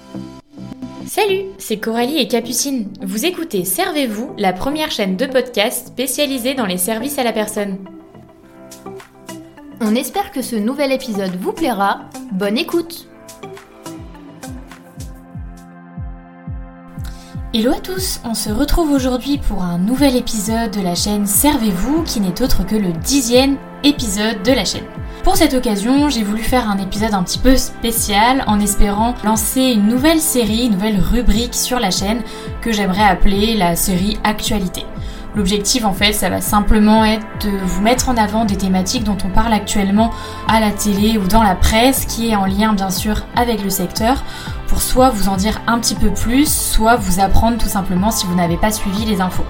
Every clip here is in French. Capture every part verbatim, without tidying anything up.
Salut, c'est Coralie et Capucine. Vous écoutez Servez-vous, la première chaîne de podcast spécialisée dans les services à la personne. On espère que ce nouvel épisode vous plaira. Bonne écoute! Hello à tous, on se retrouve aujourd'hui pour un nouvel épisode de la chaîne Servez-vous qui n'est autre que le dixième épisode de la chaîne. Pour cette occasion, j'ai voulu faire un épisode un petit peu spécial en espérant lancer une nouvelle série, une nouvelle rubrique sur la chaîne que j'aimerais appeler la série Actualité. L'objectif en fait, ça va simplement être de vous mettre en avant des thématiques dont on parle actuellement à la télé ou dans la presse, qui est en lien bien sûr avec le secteur, pour soit vous en dire un petit peu plus, soit vous apprendre tout simplement si vous n'avez pas suivi les infos.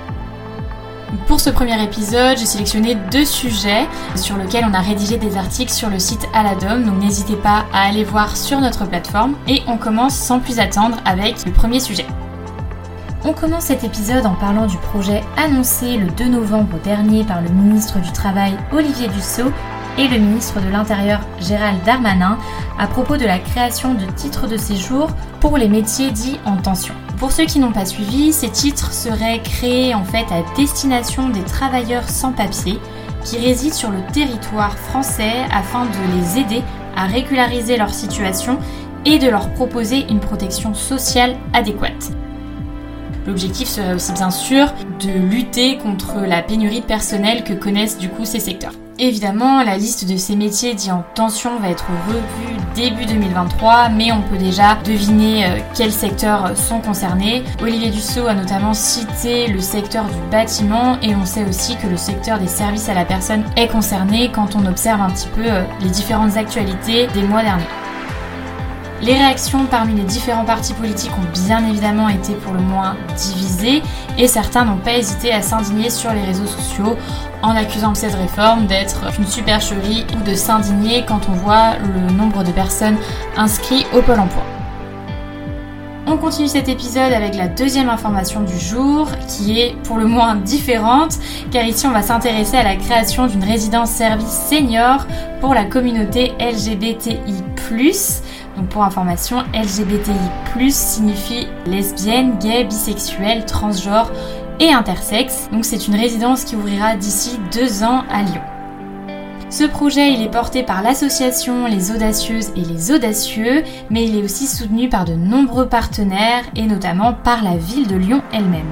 Pour ce premier épisode, j'ai sélectionné deux sujets sur lesquels on a rédigé des articles sur le site Aladom, donc n'hésitez pas à aller voir sur notre plateforme. Et on commence sans plus attendre avec le premier sujet. On commence cet épisode en parlant du projet annoncé le deux novembre dernier par le ministre du Travail Olivier Dussopt et le ministre de l'Intérieur Gérald Darmanin à propos de la création de titres de séjour pour les métiers dits en tension. Pour ceux qui n'ont pas suivi, ces titres seraient créés en fait à destination des travailleurs sans papier qui résident sur le territoire français afin de les aider à régulariser leur situation et de leur proposer une protection sociale adéquate. L'objectif serait aussi bien sûr de lutter contre la pénurie de personnel que connaissent du coup ces secteurs. Évidemment, la liste de ces métiers dits en tension va être revue début deux mille vingt-trois, mais on peut déjà deviner quels secteurs sont concernés. Olivier Dussopt a notamment cité le secteur du bâtiment et on sait aussi que le secteur des services à la personne est concerné quand on observe un petit peu les différentes actualités des mois derniers. Les réactions parmi les différents partis politiques ont bien évidemment été pour le moins divisées et certains n'ont pas hésité à s'indigner sur les réseaux sociaux en accusant cette réforme d'être une supercherie ou de s'indigner quand on voit le nombre de personnes inscrites au Pôle emploi. On continue cet épisode avec la deuxième information du jour qui est pour le moins différente car ici on va s'intéresser à la création d'une résidence service senior pour la communauté L G B T I plus. Donc pour information, L G B T I plus signifie lesbienne, gay, bisexuel, transgenre et intersexe. Donc c'est une résidence qui ouvrira d'ici deux ans à Lyon. Ce projet, il est porté par l'association Les Audacieuses et les Audacieux, mais il est aussi soutenu par de nombreux partenaires et notamment par la ville de Lyon elle-même.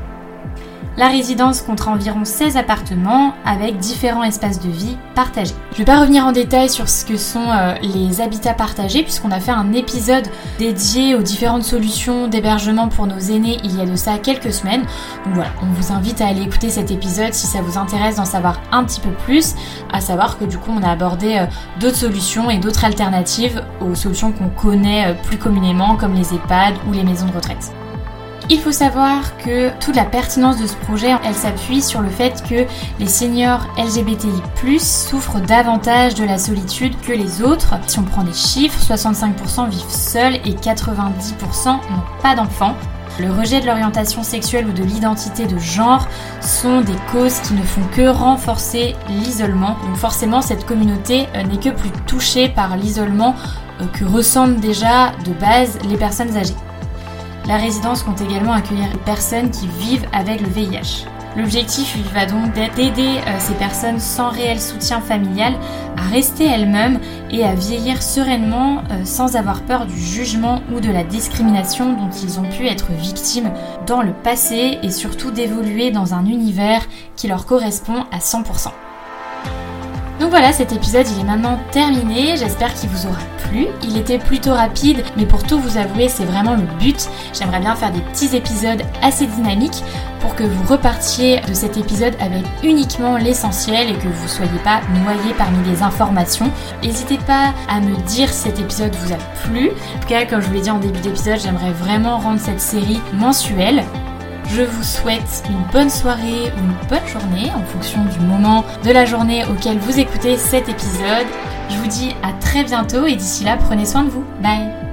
La résidence comptera environ seize appartements avec différents espaces de vie partagés. Je ne vais pas revenir en détail sur ce que sont euh, les habitats partagés puisqu'on a fait un épisode dédié aux différentes solutions d'hébergement pour nos aînés il y a de ça quelques semaines. Donc voilà, on vous invite à aller écouter cet épisode si ça vous intéresse d'en savoir un petit peu plus, à savoir que du coup on a abordé euh, d'autres solutions et d'autres alternatives aux solutions qu'on connaît euh, plus communément comme les EHPAD ou les maisons de retraite. Il faut savoir que toute la pertinence de ce projet, elle s'appuie sur le fait que les seniors L G B T I plus, souffrent davantage de la solitude que les autres. Si on prend des chiffres, soixante-cinq pour cent vivent seuls et quatre-vingt-dix pour cent n'ont pas d'enfants. Le rejet de l'orientation sexuelle ou de l'identité de genre sont des causes qui ne font que renforcer l'isolement. Donc forcément, cette communauté n'est que plus touchée par l'isolement que ressentent déjà de base les personnes âgées. La résidence compte également accueillir les personnes qui vivent avec le V I H. L'objectif il va donc d'être d'aider euh, ces personnes sans réel soutien familial à rester elles-mêmes et à vieillir sereinement euh, sans avoir peur du jugement ou de la discrimination dont ils ont pu être victimes dans le passé et surtout d'évoluer dans un univers qui leur correspond à cent pour cent. Donc voilà, cet épisode il est maintenant terminé, j'espère qu'il vous aura plu. Il était plutôt rapide, mais pour tout vous avouer, c'est vraiment le but. J'aimerais bien faire des petits épisodes assez dynamiques pour que vous repartiez de cet épisode avec uniquement l'essentiel et que vous ne soyez pas noyés parmi les informations. N'hésitez pas à me dire si cet épisode vous a plu. En tout cas, comme je vous l'ai dit en début d'épisode, j'aimerais vraiment rendre cette série mensuelle. Je vous souhaite une bonne soirée ou une bonne journée en fonction du moment de la journée auquel vous écoutez cet épisode. Je vous dis à très bientôt et d'ici là, prenez soin de vous. Bye!